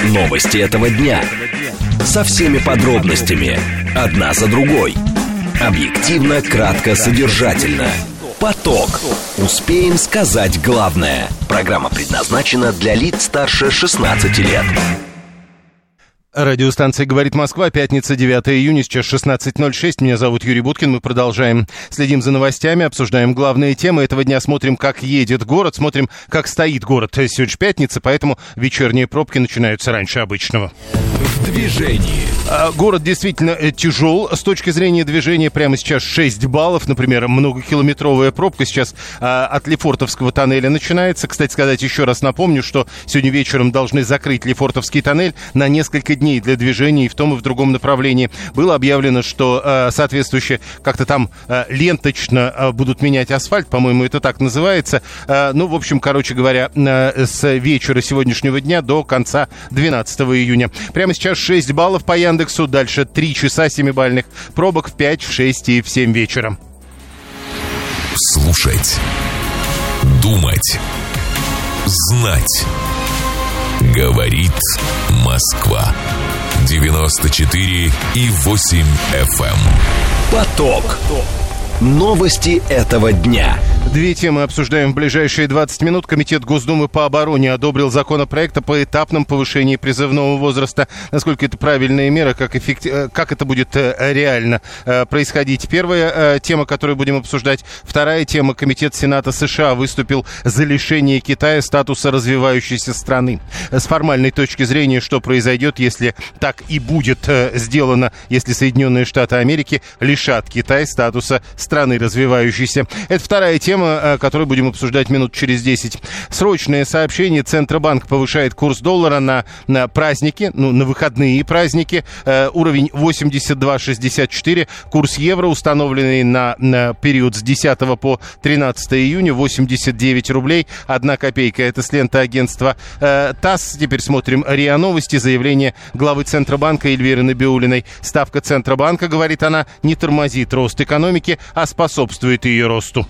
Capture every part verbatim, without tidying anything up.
Новости этого дня. Со всеми подробностями. Одна за другой. Объективно, кратко, содержательно. Поток. Успеем сказать главное. Программа предназначена для лиц старше шестнадцати лет. Радиостанция «Говорит Москва», пятница, девятого июня, сейчас шестнадцать ноль шесть. Меня зовут Юрий Буткин, мы продолжаем. Следим за новостями, обсуждаем главные темы этого дня, смотрим, как едет город, смотрим, как стоит город. Сегодня же пятница, поэтому вечерние пробки начинаются раньше обычного. В движении. Город действительно тяжел с точки зрения движения. Прямо сейчас шесть баллов, например, многокилометровая пробка сейчас а, от Лефортовского тоннеля начинается. Кстати сказать, еще раз напомню, что сегодня вечером должны закрыть Лефортовский тоннель на несколько дней для движения и в том и в другом направлении. Было объявлено, что а, соответствующе как-то там а, ленточно а, будут менять асфальт, по-моему, это так называется. А, ну, в общем, короче говоря, а, с вечера сегодняшнего дня до конца двенадцатого июня. Прямо сейчас шесть баллов по Яндексу, дальше три часа семибалльных пробок в пять, в шесть и в семь вечера. Слушать, думать, знать. Говорит Москва. девяносто четыре и восемь эф эм. Поток. Новости этого дня. Две темы обсуждаем в ближайшие двадцать минут. Комитет Госдумы по обороне одобрил законопроект о поэтапном повышении призывного возраста. Насколько это правильная мера, как, эффектив... как это будет реально происходить. Первая тема, которую будем обсуждать. Вторая тема. Комитет Сената США выступил за лишение Китая статуса развивающейся страны. С формальной точки зрения, что произойдет, если так и будет сделано, если Соединенные Штаты Америки лишат Китая статуса страны развивающейся. Это вторая тема, которую будем обсуждать минут через десять. Срочное сообщение. Центробанк повышает курс доллара на, на праздники, ну, на выходные праздники. Э, уровень восемьдесят два шестьдесят четыре. Курс евро, установленный на, на период с десятого по тринадцатое июня, восемьдесят девять рублей одна копейка. Это с ленты агентства э, ТАСС. Теперь смотрим РИА Новости. Заявление главы Центробанка Эльвиры Набиуллиной. Ставка Центробанка, говорит она, не тормозит рост экономики, а способствует ее росту.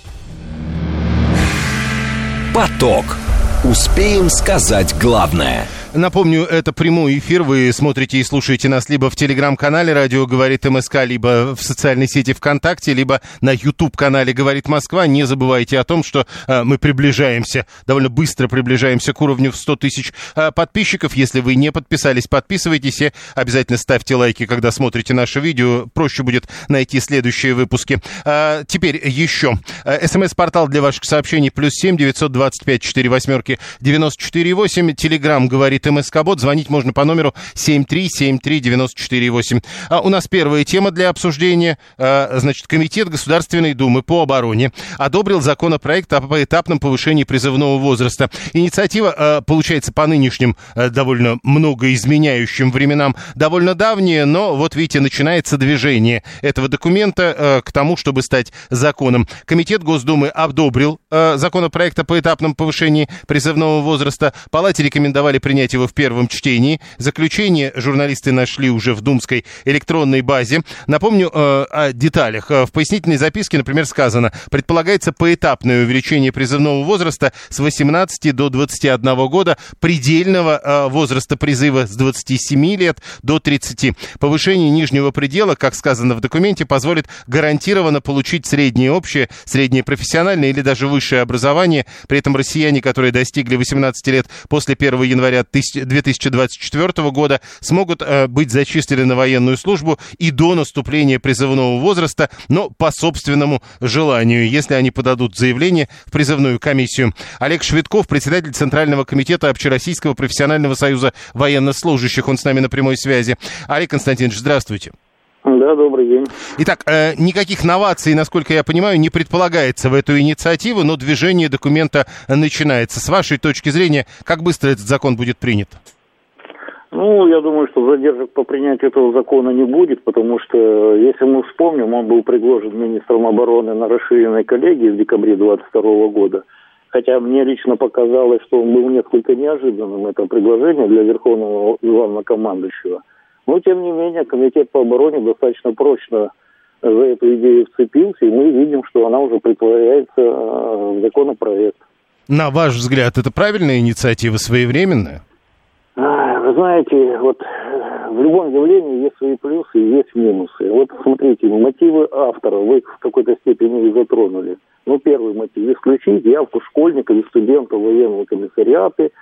Поток. Успеем сказать главное. Напомню, это прямой эфир. Вы смотрите и слушаете нас либо в телеграм-канале «Радио говорит МСК», либо в социальной сети ВКонтакте, либо на YouTube-канале «Говорит Москва». Не забывайте о том, что э, мы приближаемся, довольно быстро приближаемся к уровню в сто тысяч э, подписчиков. Если вы не подписались, подписывайтесь и обязательно ставьте лайки, когда смотрите наше видео. Проще будет найти следующие выпуски. Э, теперь еще. Э, СМС-портал для ваших сообщений плюс семь девятьсот двадцать пять четыре восьмерки девяносто четыре восемь. Телеграм говорит МСК-бот. Звонить можно по номеру семь три семь три девяносто четыре восемь. А у нас первая тема для обсуждения. А, значит, Комитет Государственной Думы по обороне одобрил законопроект о поэтапном повышении призывного возраста. Инициатива, а, получается, по нынешним а, довольно много изменяющим временам довольно давняя, но вот видите, начинается движение этого документа а, к тому, чтобы стать законом. Комитет Госдумы одобрил а, законопроект о поэтапном повышении призывного возраста. Палате рекомендовали принять его в первом чтении. Заключение журналисты нашли уже в думской электронной базе. Напомню э, о деталях. В пояснительной записке, например, сказано: предполагается поэтапное увеличение призывного возраста с восемнадцати до двадцати одного года, предельного э, возраста призыва с двадцати семи лет до тридцати. Повышение нижнего предела, как сказано в документе, позволит гарантированно получить среднее общее, среднее профессиональное или даже высшее образование. При этом россияне, которые достигли восемнадцати лет после первого января две тысячи двадцать четвёртого года, смогут э, быть зачислены на военную службу и до наступления призывного возраста, но по собственному желанию, если они подадут заявление в призывную комиссию. Олег Швидков, председатель Центрального комитета Общероссийского профессионального союза военнослужащих, он с нами на прямой связи. Олег Константинович, здравствуйте. Да, добрый день. Итак, э, никаких новаций, насколько я понимаю, не предполагается в эту инициативу, но движение документа начинается. С вашей точки зрения, как быстро этот закон будет принят? Ну, я думаю, что задержек по принятию этого закона не будет, потому что, если мы вспомним, он был предложен министром обороны на расширенной коллегии в декабре двадцать второго года. Хотя мне лично показалось, что он был несколько неожиданным, это предложение для Верховного Главнокомандующего. Но, тем не менее, Комитет по обороне достаточно прочно за эту идею вцепился, и мы видим, что она уже притворяется в законопроект. На ваш взгляд, это правильная инициатива, своевременная? Вы Знаете, вот в любом явлении есть свои плюсы и есть минусы. Вот смотрите, мотивы автора вы в какой-то степени их затронули. Ну, первый мотив – исключить явку школьников и студентов в военные комиссариаты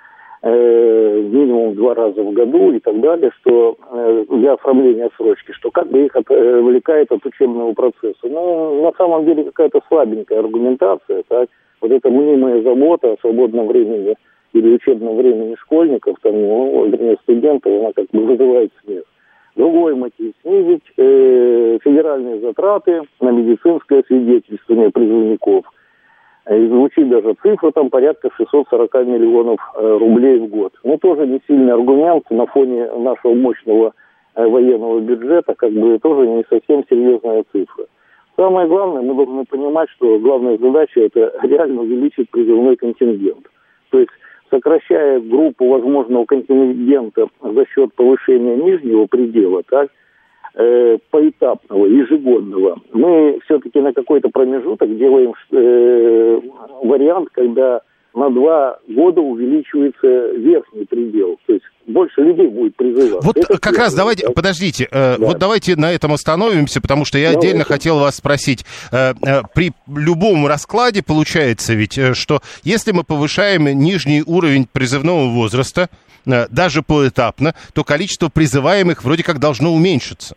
э, минимум два раза в году и так далее, что э, для оформления отсрочки, что как бы их отвлекает от учебного процесса. Ну, на самом деле какая-то слабенькая аргументация, так? Вот эта мнимая забота о свободном времени или учебном времени школьников, там, ну, вернее, студентов, она как бы вызывает смех. Другой мотив – снизить э, федеральные затраты на медицинское свидетельствование призывников. И звучит даже цифра, там порядка шестьсот сорок миллионов э, рублей в год. Ну, тоже не сильный аргумент на фоне нашего мощного э, военного бюджета, как бы тоже не совсем серьезная цифра. Самое главное, мы должны понимать, что главная задача – это реально увеличить призывной контингент. То есть, сокращая группу возможного контингента за счет повышения нижнего предела, так, э, поэтапного, ежегодного, мы все-таки на какой-то промежуток делаем э, вариант, когда на два года увеличивается верхний предел. То есть больше людей будет призывать. Вот это как раз давайте, да? подождите, э, да. вот давайте на этом остановимся, потому что я давайте. отдельно хотел вас спросить. Э, э, при любом раскладе получается ведь, э, что если мы повышаем нижний уровень призывного возраста, э, даже поэтапно, то количество призываемых вроде как должно уменьшиться.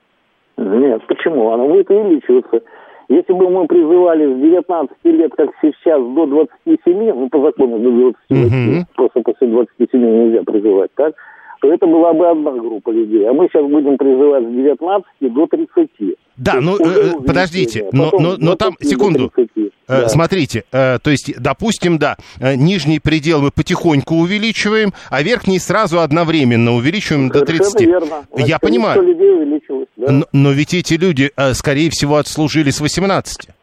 Нет, почему? Оно будет увеличиваться. Если бы мы призывали с девятнадцати лет, как сейчас, до двадцати семи, ну, по закону до двадцати восьми, mm-hmm. просто после двадцати семи нельзя призывать, так, то это была бы одна группа людей. А мы сейчас будем призывать с девятнадцати до тридцати. Да, ну, э, подождите, но, но, но там, секунду, э, да. смотрите, э, то есть, допустим, да, э, нижний предел мы потихоньку увеличиваем, а верхний сразу одновременно увеличиваем до тридцати. Верно. Значит, я понимаю, людей увеличилось, да? но, но ведь эти люди, э, скорее всего, отслужили с восемнадцати.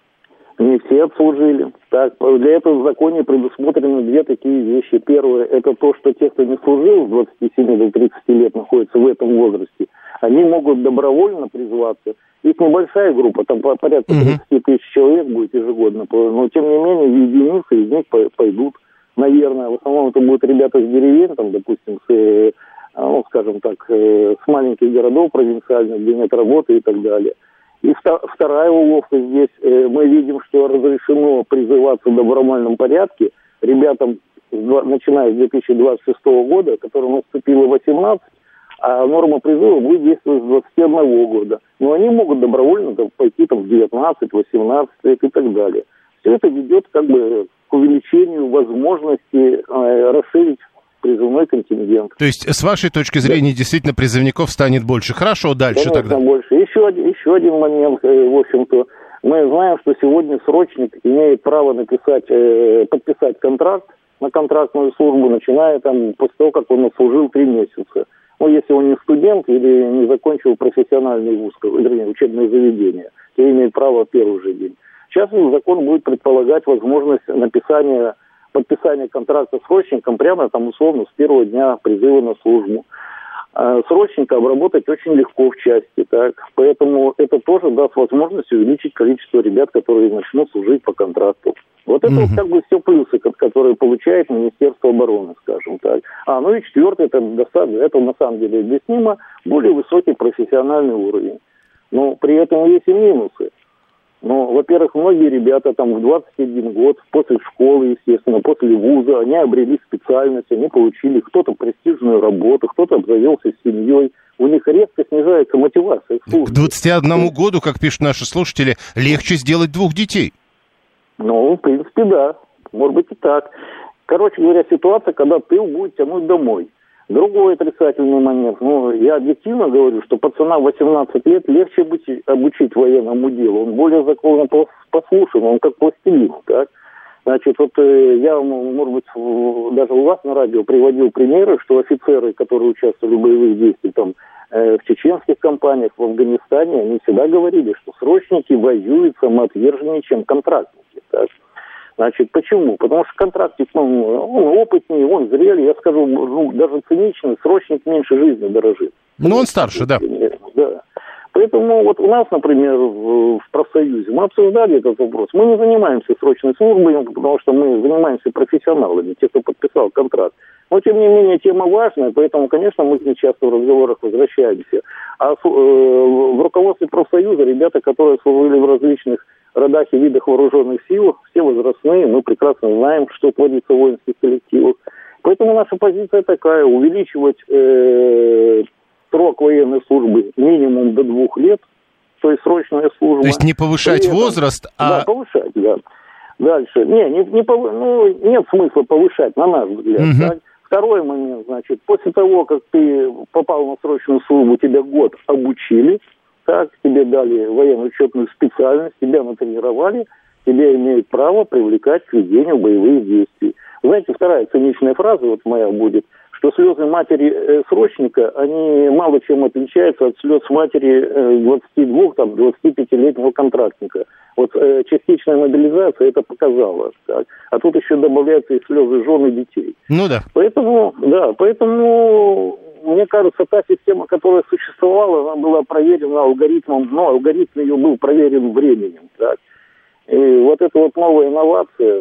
Не все отслужили. Так, для этого в законе предусмотрены две такие вещи. Первое, это то, что те, кто не служил с двадцати семи до тридцати лет, находятся в этом возрасте, они могут добровольно призваться. Их небольшая группа, там порядка тридцать тысяч человек будет ежегодно, но тем не менее единицы из них пойдут, наверное. В основном это будут ребята с деревень, там, допустим, с, ну, скажем так, с маленьких городов провинциальных, где нет работы и так далее. И вторая уловка здесь, мы видим, что разрешено призываться в добровольном порядке ребятам, начиная с две тысячи двадцать шестого года, которым наступило восемнадцать, а норма призыва будет действовать с двадцати одного года. Но они могут добровольно там, пойти там, в девятнадцать, восемнадцать лет и так далее. Все это ведет как бы к увеличению возможности э, расширить призывной контингент. То есть, с вашей точки зрения, да. действительно призывников станет больше. Хорошо, дальше Конечно, тогда. больше. Еще, еще один момент, в общем-то. Мы знаем, что сегодня срочник имеет право написать, э, подписать контракт на контрактную службу, начиная там после того, как он отслужил три месяца. Ну, если он не студент или не закончил профессиональный вуз, вернее, учебное заведение, то имеет право в первый же день. Сейчас закон будет предполагать возможность написания подписание контракта с срочником прямо там условно с первого дня призыва на службу. А срочника обработать очень легко в части, так, поэтому это тоже даст возможность увеличить количество ребят, которые начнут служить по контракту. Вот это mm-hmm. вот как бы все плюсы, которые получает Министерство обороны, скажем так. А, ну и четвертое, это, достаточно, это на самом деле объяснимо, более высокий профессиональный уровень. Но при этом есть и минусы. Ну, во-первых, многие ребята там в двадцать один год, после школы, естественно, после вуза, они обрели специальность, они получили кто-то престижную работу, кто-то обзавелся семьей. У них резко снижается мотивация. К двадцати одному году, как пишут наши слушатели, легче сделать двух детей. Ну, в принципе, да. Может быть и так. Короче говоря, ситуация, когда тыл будет тянуть домой. Другой отрицательный момент. Ну, я объективно говорю, что пацана в восемнадцать лет легче обучить, обучить военному делу. Он более законопослушен, он как пластилин, так? Значит, вот э, я, может быть, даже у вас на радио приводил примеры, что офицеры, которые участвовали в боевых действиях там, э, в чеченских кампаниях, в Афганистане, они всегда говорили, что срочники воюют самоотверженнее, чем контрактники, так? Значит, почему? Потому что контрактник, он, он опытнее, он зрелый, я скажу, ну, даже циничный, срочник меньше жизни дорожит. Ну, он старше, да. Да. Поэтому вот у нас, например, в профсоюзе мы обсуждали этот вопрос. Мы не занимаемся срочной службой, потому что мы занимаемся профессионалами, те, кто подписал контракт. Но, тем не менее, тема важная, поэтому, конечно, мы к ней часто в разговорах возвращаемся. А в, э, в руководстве профсоюза ребята, которые служили в различных родах и видах вооруженных сил, все возрастные, мы прекрасно знаем, что творится в воинских коллективах. Поэтому наша позиция такая: увеличивать э, срок военной службы минимум до двух лет, то есть срочная служба. То есть не повышать этом, возраст, а... Да, повышать, да. Дальше. Не, не, не пов... ну, нет смысла повышать, на наш взгляд. Угу. Так? Второй момент, значит, после того, как ты попал на срочную службу, тебя год обучили, так, тебе дали военно-учетную специальность, тебя натренировали, тебя имеют право привлекать к ведению боевых действий. Знаете, вторая циничная фраза вот моя будет, что слезы матери э, срочника, они мало чем отличаются от слез матери э, двадцати двух, там, двадцатипятилетнего контрактника. Вот э, частичная мобилизация это показала. Так. А тут еще добавляются и слезы жен и детей. Ну да. Поэтому, да, поэтому, мне кажется, та система, которая существовала, она была проверена алгоритмом, но алгоритм ее был проверен временем. Так. И вот эта вот новая инновация...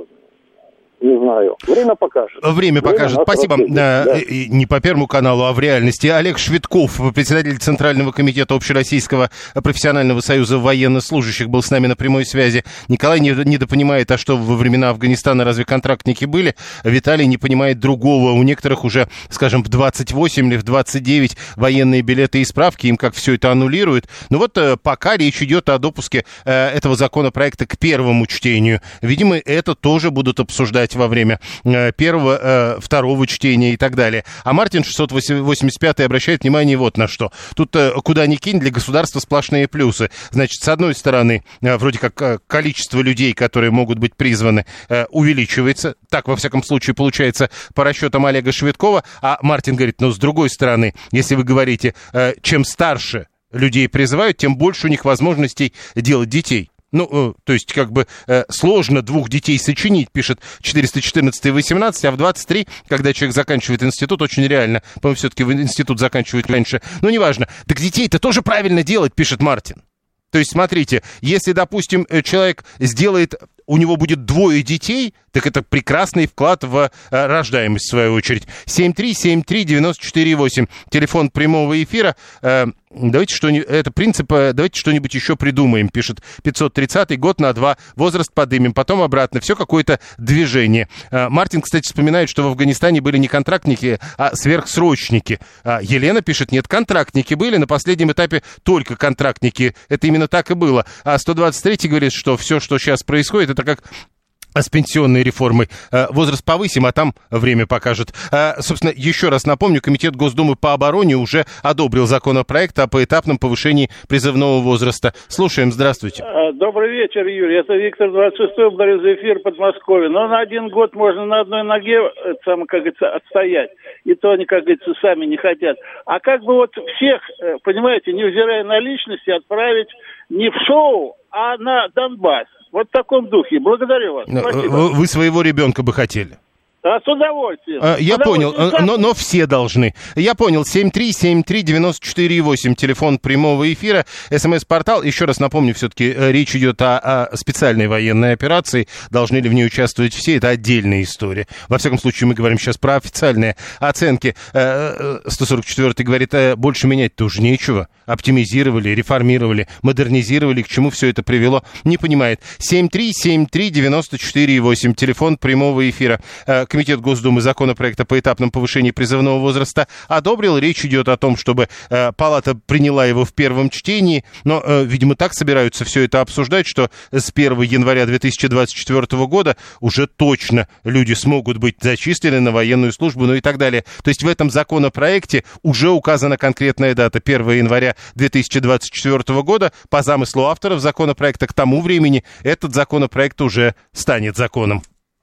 Не знаю. Время покажет. Время, Время покажет. Спасибо. Да. Не по Первому каналу, а в реальности. Олег Швидков, председатель Центрального комитета Общероссийского профессионального союза военнослужащих, был с нами на прямой связи. Николай недопонимает, а что во времена Афганистана разве контрактники были? Виталий не понимает другого. У некоторых уже, скажем, в двадцать восемь или в двадцать девять военные билеты и справки, им как все это аннулируют. Но вот пока речь идет о допуске этого законопроекта к первому чтению. Видимо, это тоже будут обсуждать во время э, первого, э, второго чтения и так далее. А Мартин шестьсот восемьдесят пятый обращает внимание вот на что. Тут э, куда ни кинь, для государства сплошные плюсы. Значит, с одной стороны, э, вроде как э, количество людей, которые могут быть призваны, э, увеличивается. Так, во всяком случае, получается по расчетам Олега Швидкова. А Мартин говорит, ну, с другой стороны, если вы говорите, э, чем старше людей призывают, тем больше у них возможностей делать детей. Ну, то есть, как бы, э, сложно двух детей сочинить, пишет четыреста четырнадцать восемнадцать, а в двадцать три, когда человек заканчивает институт, очень реально, по-моему, все-таки в институт заканчивают раньше. Ну, неважно. Так детей-то тоже правильно делать, пишет Мартин. То есть, смотрите, если, допустим, человек сделает, у него будет двое детей, так это прекрасный вклад в э, рождаемость, в свою очередь. семь три семь три девять четыре восемь, телефон прямого эфира. Э, давайте что-нибудь, это принцип, давайте что-нибудь еще придумаем, пишет пятьсот тридцатый, год на два, возраст подымем, потом обратно, все какое-то движение. Э, Мартин, кстати, вспоминает, что в Афганистане были не контрактники, а сверхсрочники. Э, Елена пишет, нет, контрактники были, на последнем этапе только контрактники, это именно так и было. А сто двадцать третий говорит, что все, что сейчас происходит, это как с пенсионной реформой. Возраст повысим, а там время покажет. Собственно, еще раз напомню, Комитет Госдумы по обороне уже одобрил законопроект о поэтапном повышении призывного возраста. Слушаем, здравствуйте. Добрый вечер, Юрий. Это Виктор двадцать шестой, благодарю за эфир, Подмосковье. Но на один год можно на одной ноге, сам, как говорится, отстоять. И то они, как говорится, сами не хотят. А как бы вот всех, понимаете, невзирая на личности, отправить не в шоу, а на Донбасс. Вот в таком духе. Благодарю вас. Спасибо. Вы своего ребенка бы хотели? А, с удовольствием. А, я с удовольствием. понял, но, но все должны. Я понял. семь три семь три девять четыре восемь, телефон прямого эфира, СМС-портал. Еще раз напомню, все-таки речь идет о, о специальной военной операции. Должны ли в ней участвовать все, это отдельная история. Во всяком случае, мы говорим сейчас про официальные оценки. сто сорок четвёртый говорит, больше менять-то уже нечего. Оптимизировали, реформировали, модернизировали. К чему все это привело, не понимает. семь три семь три девять четыре восемь, телефон прямого эфира. Комитет Госдумы законопроекта по этапному повышению призывного возраста одобрил. Речь идет о том, чтобы э, Палата приняла его в первом чтении, но, э, видимо, так собираются все это обсуждать, что с первого января две тысячи двадцать четвёртого года уже точно люди смогут быть зачислены на военную службу, ну и так далее. То есть в этом законопроекте уже указана конкретная дата первого января две тысячи двадцать четвёртого года. По замыслу авторов законопроекта к тому времени этот законопроект уже станет законом.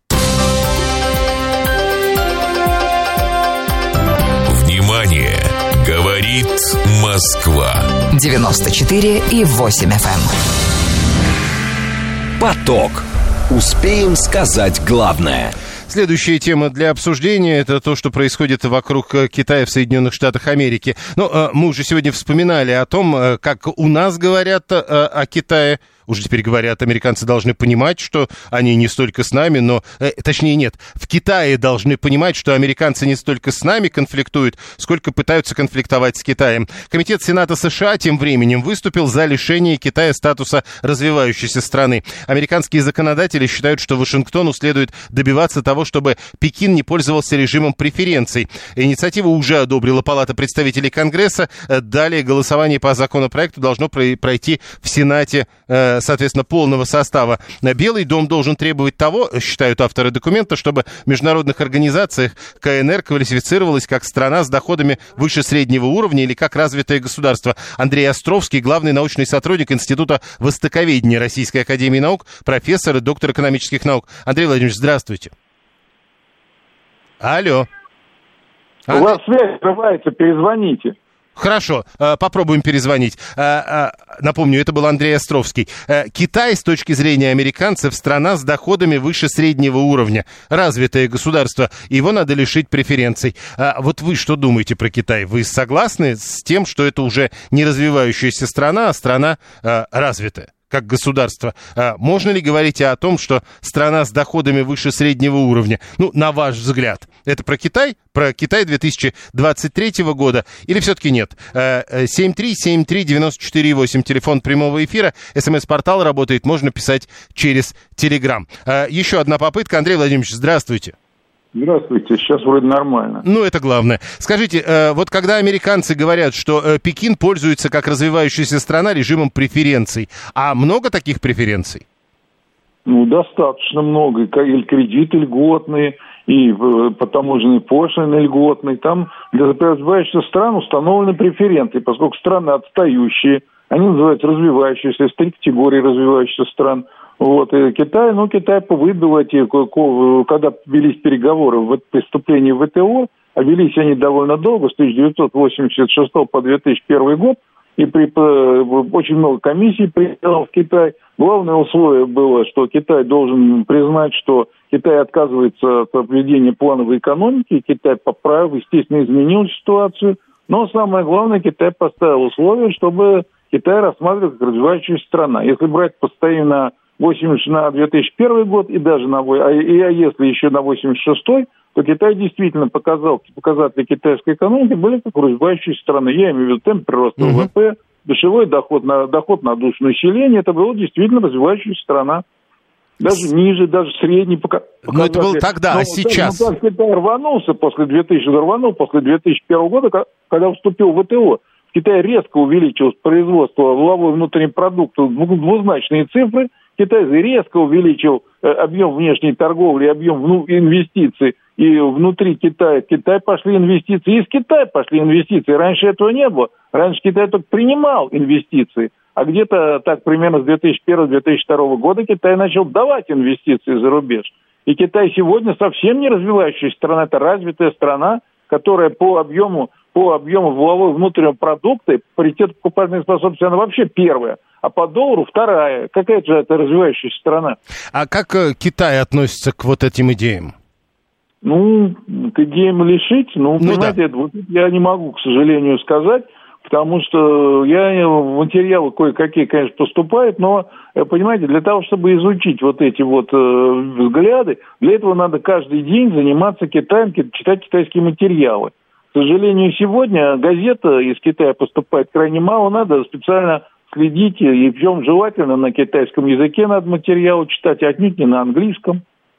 Внимание! Говорит Москва. девяносто четыре и восемь эф эм. Поток. Успеем сказать главное. Следующая тема для обсуждения – это то, что происходит вокруг Китая в Соединенных Штатах Америки. Ну, мы уже сегодня вспоминали о том, как у нас говорят о Китае. Уже теперь говорят, американцы должны понимать, что они не столько с нами, но... Э, точнее, нет, в Китае должны понимать, что американцы не столько с нами конфликтуют, сколько пытаются конфликтовать с Китаем. Комитет Сената США тем временем выступил за лишение Китая статуса развивающейся страны. Американские законодатели считают, что Вашингтону следует добиваться того, чтобы Пекин не пользовался режимом преференций. Инициативу уже одобрила Палата представителей Конгресса. Далее голосование по законопроекту должно пройти в Сенате, соответственно, полного состава. Белый дом должен требовать того, считают авторы документа, чтобы в международных организациях КНР квалифицировалась как страна с доходами выше среднего уровня или как развитое государство. Андрей Островский, главный научный сотрудник Института востоковедения Российской академии наук, профессор и доктор экономических наук. Андрей Владимирович, здравствуйте. Алло. У вас связь срывается, перезвоните. Хорошо, попробуем перезвонить. Напомню, это был Андрей Островский. Китай, с точки зрения американцев, страна с доходами выше среднего уровня. Развитое государство. Его надо лишить преференций. Вот вы что думаете про Китай? Вы согласны с тем, что это уже не развивающаяся страна, а страна развитая? Как государство. Можно ли говорить о том, что страна с доходами выше среднего уровня? Ну, на ваш взгляд. Это про Китай? Про Китай две тысячи двадцать третьего года? Или все-таки нет? семь три семь три девять четыре восемь, телефон прямого эфира. СМС-портал работает, можно писать через Телеграм. Еще одна попытка. Андрей Владимирович, здравствуйте. Здравствуйте, сейчас вроде нормально. Ну, это главное. Скажите, э, вот когда американцы говорят, что э, Пекин пользуется как развивающаяся страна режимом преференций, а много таких преференций? Ну, достаточно много. И кредиты льготные, и э, по таможенной пошлины льготные. Там для развивающихся стран установлены преференции, поскольку страны отстающие, они называются развивающиеся, есть три категории развивающихся стран. Вот, и Китай, ну, Китай выбил эти, когда велись переговоры в преступлении в ВТО, а велись они довольно долго, с тысяча девятьсот восемьдесят шестого по две тысячи первый год, и при, очень много комиссий приехало в Китай. Главное условие было, что Китай должен признать, что Китай отказывается от введения плановой экономики, Китай поправил, естественно, изменил ситуацию, но самое главное, Китай поставил условие, чтобы Китай рассматривал как развивающаяся страна. Если брать постоянно восемьдесят на две тысячи первый год и даже на а, и, а если еще на восемьдесят шестой, то Китай действительно показал, показатели китайской экономики были как развивающейся страны. Я имею в виду темп прироста Uh-huh. ВВП, душевой доход на, доход на душу населения. Это была действительно развивающаяся страна. Даже ниже, даже средний показатель. Ну, это было тогда, но, а сейчас? Ну, Китай рванулся после две тысячи, рванул после две тысячи первого года, когда вступил в ВТО. В Китае резко увеличилось производство, валовой внутренний продукт, двузначные цифры. Китай резко увеличил объем внешней торговли, объем инвестиций. И внутри Китая, Китай пошли инвестиции, и из Китая пошли инвестиции. Раньше этого не было. Раньше Китай только принимал инвестиции. А где-то так примерно с две тысячи первого - две тысячи второго года Китай начал давать инвестиции за рубеж. И Китай сегодня совсем не развивающаяся страна. Это развитая страна, которая по объему, по объему валового внутреннего продукта, паритет покупательной способности, она вообще первая. А по доллару вторая. Какая же это развивающаяся страна? А как Китай относится к вот этим идеям? Ну, к идеям лишить, ну, ну понимаете, да. это, вот, я не могу, к сожалению, сказать, потому что я, материалы кое-какие, конечно, поступают, но, понимаете, для того, чтобы изучить вот эти вот э, взгляды, для этого надо каждый день заниматься Китаем, читать китайские материалы. К сожалению, сегодня газета из Китая поступает крайне мало, надо специально следить, и причем желательно на китайском языке надо материалы читать, а отнюдь не на английском.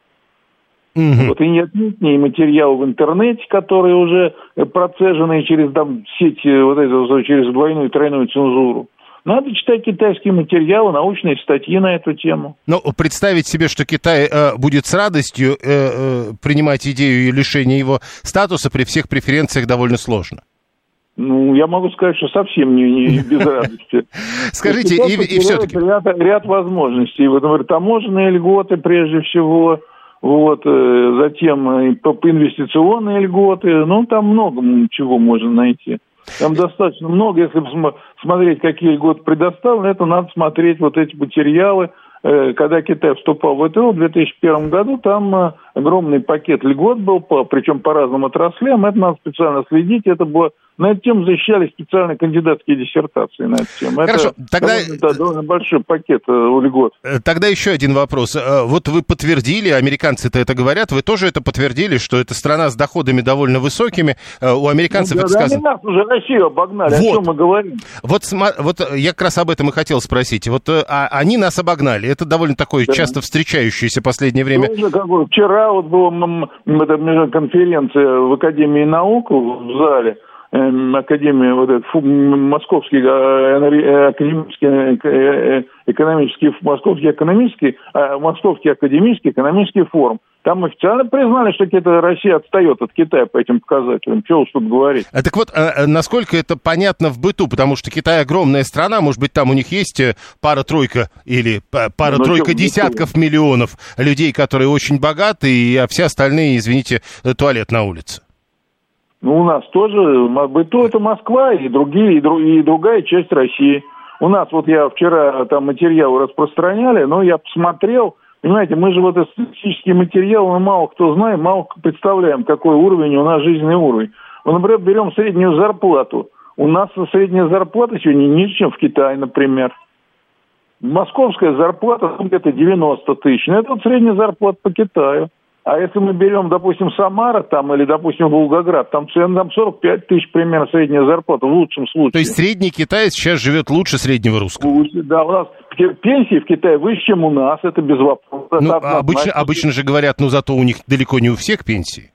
Mm-hmm. Вот и нет, не материалы в интернете, которые уже процежены через там, сеть, вот это, через двойную и тройную цензуру. Надо читать китайские материалы, научные статьи на эту тему. Но представить себе, что Китай э, будет с радостью э, э, принимать идею лишения его статуса при всех преференциях довольно сложно. Ну, я могу сказать, что совсем не, не без радости. Скажите, и, и все-таки... Ряд, ряд возможностей. Вот, например, таможенные льготы прежде всего, вот, затем инвестиционные льготы. Ну, там много чего можно найти. Там достаточно много. Если смотреть, какие льготы предоставлены, это надо смотреть вот эти материалы. Когда Китай вступал в ВТО в две тысячи первом году, там огромный пакет льгот был, по, причем по разным отраслям, это надо специально следить, это было... На эту тему защищали специальные кандидатские диссертации на эту тему. Хорошо, это тогда... довольно, да, довольно большой пакет э, льгот. Тогда еще один вопрос. Вот вы подтвердили, американцы-то это говорят, вы тоже это подтвердили, что это страна с доходами довольно высокими. У американцев ну, да, это сказано. Да, нас уже Россию обогнали, вот. О чем мы говорим? Вот, вот я как раз об этом и хотел спросить. Вот а, они нас обогнали. Это довольно такое да. часто встречающееся в последнее время. Ну, как бы, вчера вот была конференция в Академии наук в зале. Академия, вот этот Московский академический, экономический, Московский экономический, Московский академический экономический форум. Там официально признали, что это Россия отстает от Китая по этим показателям. Чего уж тут говорить. А так вот, а насколько это понятно в быту? Потому что Китай огромная страна, может быть, там у них есть пара-тройка или пара-тройка ну, десятков миллионов людей, которые очень богаты, а все остальные, извините, туалет на улице. Ну, у нас тоже, быту это Москва и другие, и, друг, и другая часть России. У нас, вот я вчера там материалы распространяли, но я посмотрел, понимаете, мы же вот этот статистический материал, мы мало кто знает, мало представляем, какой уровень у нас жизненный уровень. Вот, например, берем среднюю зарплату. У нас средняя зарплата сегодня ниже, чем в Китае, например. Московская зарплата где-то девяносто тысяч, но это вот средняя зарплата по Китаю. А если мы берем, допустим, Самара там, или, допустим, Волгоград, там, там сорок пять тысяч примерно средняя зарплата в лучшем случае. То есть средний китаец сейчас живет лучше среднего русского? Да, у нас пенсии в Китае выше, чем у нас, это без вопросов. Ну, обычно, обычно же говорят, ну, зато у них далеко не у всех пенсии.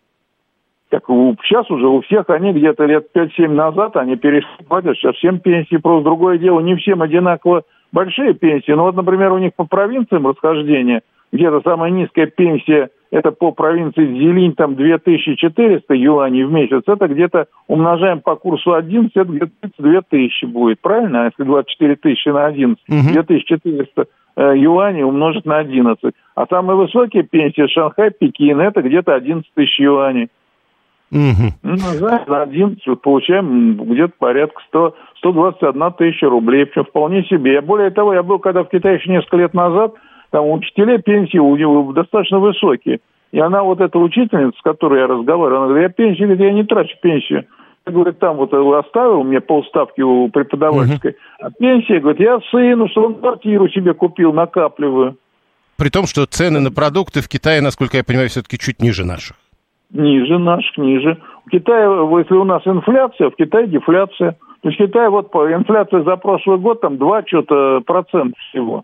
Так сейчас уже у всех, они где-то лет пять-семь назад, они перешли платят, сейчас всем пенсии, просто другое дело, не всем одинаково большие пенсии. Ну, вот, например, у них по провинциям расхождение, где-то самая низкая пенсия, это по провинции Цзилинь, там две тысячи четыреста юаней в месяц, это где-то умножаем по курсу одиннадцать, это где-то тридцать две тысячи будет, правильно? Если двадцать четыре тысячи на одиннадцать, uh-huh. две тысячи четыреста э, юаней умножить на одиннадцать. А самые высокие пенсии Шанхай, Пекин, это где-то одиннадцать тысяч юаней. Uh-huh. Ну, знаешь, на одиннадцать вот, получаем где-то порядка сто, сто двадцать одна тысяча рублей, причем вполне себе. Я, более того, я был когда в Китае еще несколько лет назад, там у учителей пенсии у него достаточно высокие. И она, вот эта учительница, с которой я разговаривал, она говорит, я пенсию, говорит, я не трачу пенсию. Я, говорит, там вот оставил мне полставки у преподавательской. Uh-huh. А пенсия, говорит, я сыну, что он квартиру себе купил, накапливаю. При том, что цены на продукты в Китае, насколько я понимаю, все-таки чуть ниже наших. Ниже наших, ниже. В Китае, если у нас инфляция, в Китае дефляция. То есть в Китае вот инфляция за прошлый год там два что-то процента всего.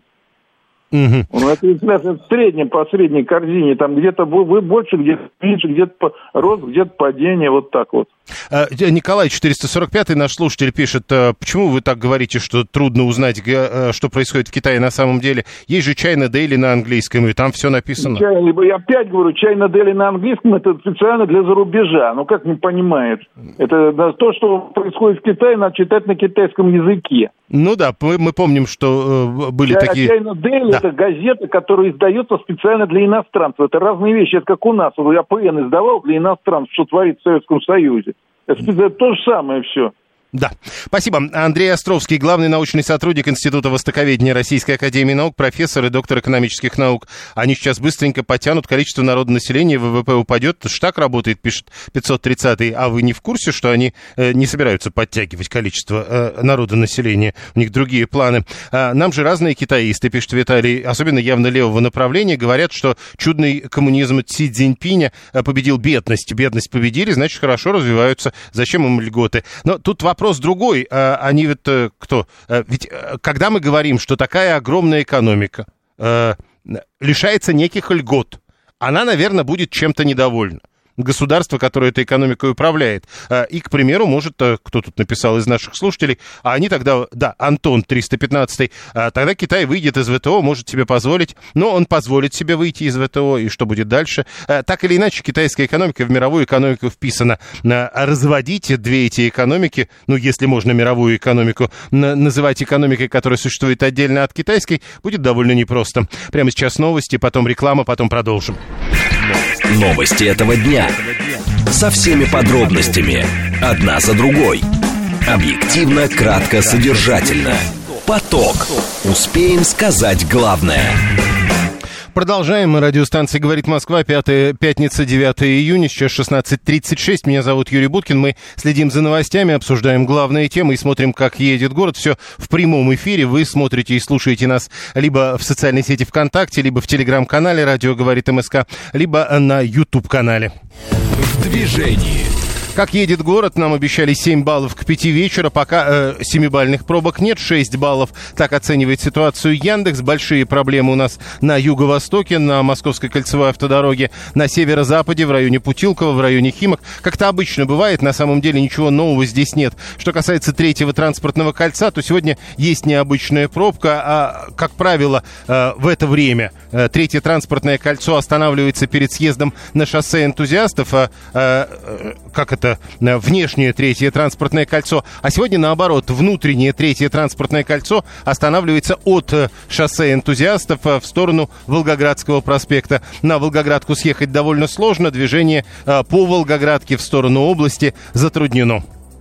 Угу. Ну, это инфляция в среднем, по средней корзине, там где-то вы больше, где-то меньше, где-то рост, где-то падение, вот так вот. Николай четыреста сорок пятый, наш слушатель, пишет, почему вы так говорите, что трудно узнать, что происходит в Китае на самом деле? Есть же China Daily на английском, и там все написано. Я опять говорю, China Daily на английском, это специально для зарубежа, ну как не понимает. Это то, что происходит в Китае, надо читать на китайском языке. Ну да, мы, мы помним, что э, были China, такие... China Daily да. Это газета, которая издается специально для иностранцев. Это разные вещи, это как у нас. Вот АПН издавал для иностранцев, что творится в Советском Союзе. Это, это то же самое все. Да. Спасибо. Андрей Островский, главный научный сотрудник Института востоковедения Российской академии наук, профессор и доктор экономических наук. Они сейчас быстренько потянут, количество народонаселения, ВВП упадет. Штак работает, пишет пятьсот тридцатый. А вы не в курсе, что они э, не собираются подтягивать количество э, народонаселения? У них другие планы. А нам же разные китаисты, пишет Виталий, особенно явно левого направления, говорят, что чудный коммунизм Си Цзиньпиня победил бедность. Бедность победили, значит, хорошо развиваются. Зачем им льготы? Но тут вопрос Вопрос другой, они ведь кто? Ведь когда мы говорим, что такая огромная экономика э, лишается неких льгот, она, наверное, будет чем-то недовольна. Государство, которое этой экономикой управляет. И, к примеру, может, кто тут написал из наших слушателей, а они тогда, да, Антон триста пятнадцатый, тогда Китай выйдет из ВТО, может себе позволить, но он позволит себе выйти из ВТО, и что будет дальше? Так или иначе, китайская экономика в мировую экономику вписана. Разводить две эти экономики, ну, если можно мировую экономику называть экономикой, которая существует отдельно от китайской, будет довольно непросто. Прямо сейчас новости, потом реклама, потом продолжим. Новости этого дня. Со всеми подробностями. Одна за другой. Объективно, кратко, содержательно. Поток. Успеем сказать главное. Продолжаем. Радиостанция «Говорит Москва», пятая, пятница, девятое июня, сейчас шестнадцать тридцать шесть. Меня зовут Юрий Буткин. Мы следим за новостями, обсуждаем главные темы и смотрим, как едет город. Все в прямом эфире. Вы смотрите и слушаете нас либо в социальной сети ВКонтакте, либо в телеграм-канале «Радио говорит МСК», либо на YouTube-канале. В движении. Как едет город, нам обещали семь баллов к пяти вечера, пока э, семибалльных пробок нет, шесть баллов, так оценивает ситуацию Яндекс. Большие проблемы у нас на юго-востоке, на Московской кольцевой автодороге, на северо-западе, в районе Путилково, в районе Химок. Как-то обычно бывает, на самом деле ничего нового здесь нет. Что касается третьего транспортного кольца, то сегодня есть необычная пробка, а, как правило, э, в это время э, третье транспортное кольцо останавливается перед съездом на шоссе Энтузиастов, а, э, как это, внешнее третье транспортное кольцо, а сегодня, наоборот, внутреннее третье транспортное кольцо останавливается от шоссе Энтузиастов в сторону Волгоградского проспекта. На Волгоградку съехать довольно сложно, движение по Волгоградке в сторону области затруднено.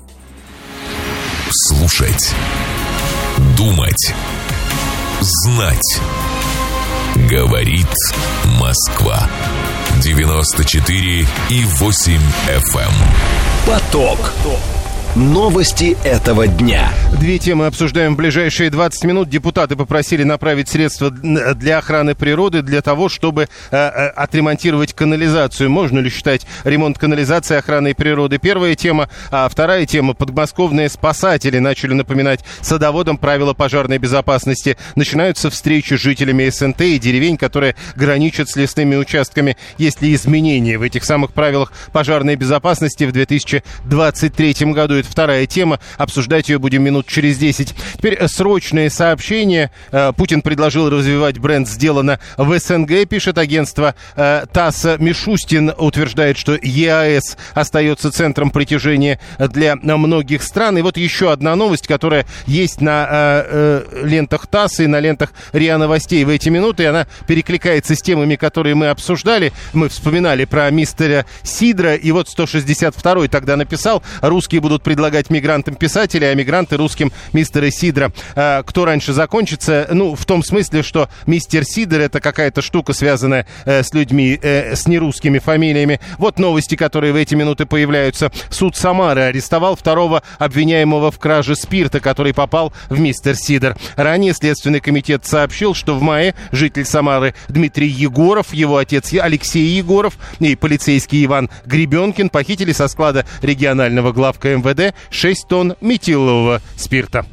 Слушать, думать, знать. Говорит Москва. девяносто четыре и восемь эф эм. Поток. Новости этого дня. Две темы обсуждаем в ближайшие двадцать минут. Депутаты попросили направить средства для охраны природы для того, чтобы э, э, отремонтировать канализацию. Можно ли считать ремонт канализации охраной природы? Первая тема. А вторая тема. Подмосковные спасатели начали напоминать садоводам правила пожарной безопасности. Начинаются встречи с жителями эс эн тэ и деревень, которые граничат с лесными участками. Есть ли изменения в этих самых правилах пожарной безопасности в две тысячи двадцать третьем году? Вторая тема. Обсуждать ее будем минут через десять. Теперь срочные сообщения. Путин предложил развивать бренд «Сделано в эс эн гэ», пишет агентство ТАСС. Мишустин утверждает, что е а эс остается центром притяжения для многих стран. И вот еще одна новость, которая есть на э, э, лентах ТАСС и на лентах РИА Новостей в эти минуты. И она перекликается с темами, которые мы обсуждали. Мы вспоминали про мистера Сидра. И вот сто шестьдесят второй тогда написал: русские будут предлагать мигрантам писателей, а мигранты русским мистера Сидра. А, кто раньше закончится? Ну, в том смысле, что мистер Сидор — это какая-то штука, связанная э, с людьми э, с нерусскими фамилиями. Вот новости, которые в эти минуты появляются. Суд Самары арестовал второго обвиняемого в краже спирта, который попал в мистер Сидор. Ранее Следственный комитет сообщил, что в мае житель Самары Дмитрий Егоров, его отец Алексей Егоров и полицейский Иван Гребенкин похитили со склада регионального главка эм вэ дэ шесть тонн метилового спирта.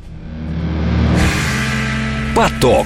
Поток.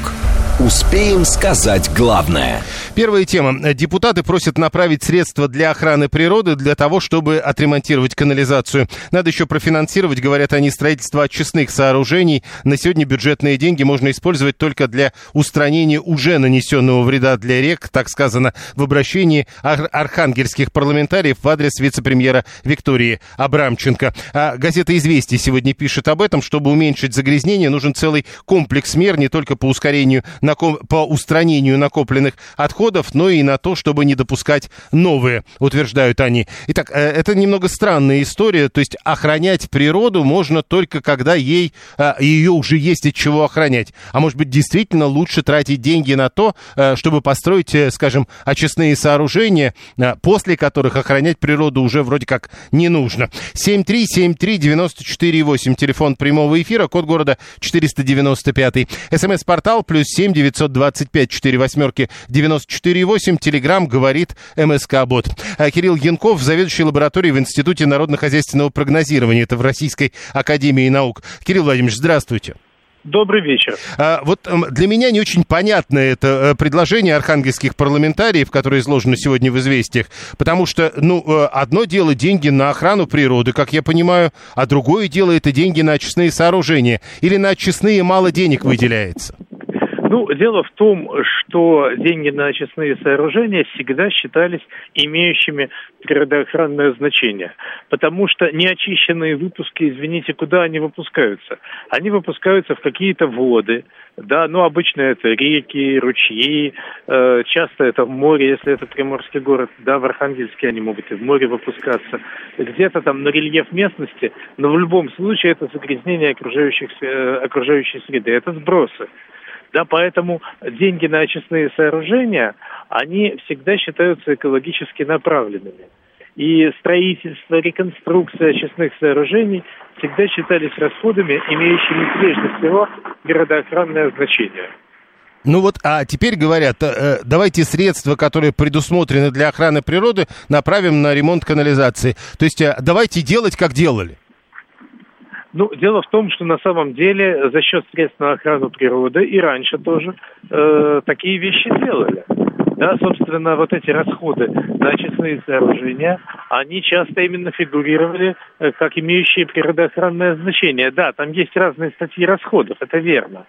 Успеем сказать главное. Первая тема. Депутаты просят направить средства для охраны природы для того, чтобы отремонтировать канализацию. Надо еще профинансировать, говорят они, строительство очистных сооружений. На сегодня бюджетные деньги можно использовать только для устранения уже нанесенного вреда для рек, так сказано в обращении ар- архангельских парламентариев в адрес вице-премьера Виктории Абрамченко. А газета «Известия» сегодня пишет об этом. Чтобы уменьшить загрязнение, нужен целый комплекс мер не только по ускорению по устранению накопленных отходов, но и на то, чтобы не допускать новые, утверждают они. Итак, это немного странная история, то есть охранять природу можно только когда ей, ее уже есть от чего охранять. А может быть, действительно лучше тратить деньги на то, чтобы построить, скажем, очистные сооружения, после которых охранять природу уже вроде как не нужно. семь три семь три девять четыре восемь, телефон прямого эфира, код города четыреста девяносто пять. СМС-портал плюс семь девятьсот двадцать пять четыре восьмерки девяносто четыре восемь. Телеграм говорит МСК-бот. Кирилл Янков, заведующий лабораторией в Институте народно-хозяйственного прогнозирования. Это в Российской академии наук. Кирилл Владимирович, здравствуйте. Добрый вечер. А, вот для меня не очень понятно это предложение архангельских парламентариев, которое изложено сегодня в «Известиях», потому что, ну, одно дело деньги на охрану природы, как я понимаю, а другое дело это деньги на очистные сооружения. Или на очистные мало денег выделяется? Ну, дело в том, что деньги на очистные сооружения всегда считались имеющими природоохранное значение, потому что неочищенные выпуски, извините, куда они выпускаются? Они выпускаются в какие-то воды, да, ну, обычно это реки, ручьи, э, часто это в море, если это приморский город, да, в Архангельске они могут и в море выпускаться, где-то там на рельеф местности, но в любом случае это загрязнение окружающих, э, окружающей среды, это сбросы. Да, поэтому деньги на очистные сооружения, они всегда считаются экологически направленными. И строительство, реконструкция очистных сооружений всегда считались расходами, имеющими прежде всего природоохранное значение. Ну вот, а теперь говорят, э, давайте средства, которые предусмотрены для охраны природы, направим на ремонт канализации. То есть э, давайте делать, как делали. Ну, дело в том, что на самом деле за счет средств на охрану природы и раньше тоже э, такие вещи делали. Да, собственно, вот эти расходы на очистные сооружения, они часто именно фигурировали э, как имеющие природоохранное значение. Да, там есть разные статьи расходов, это верно.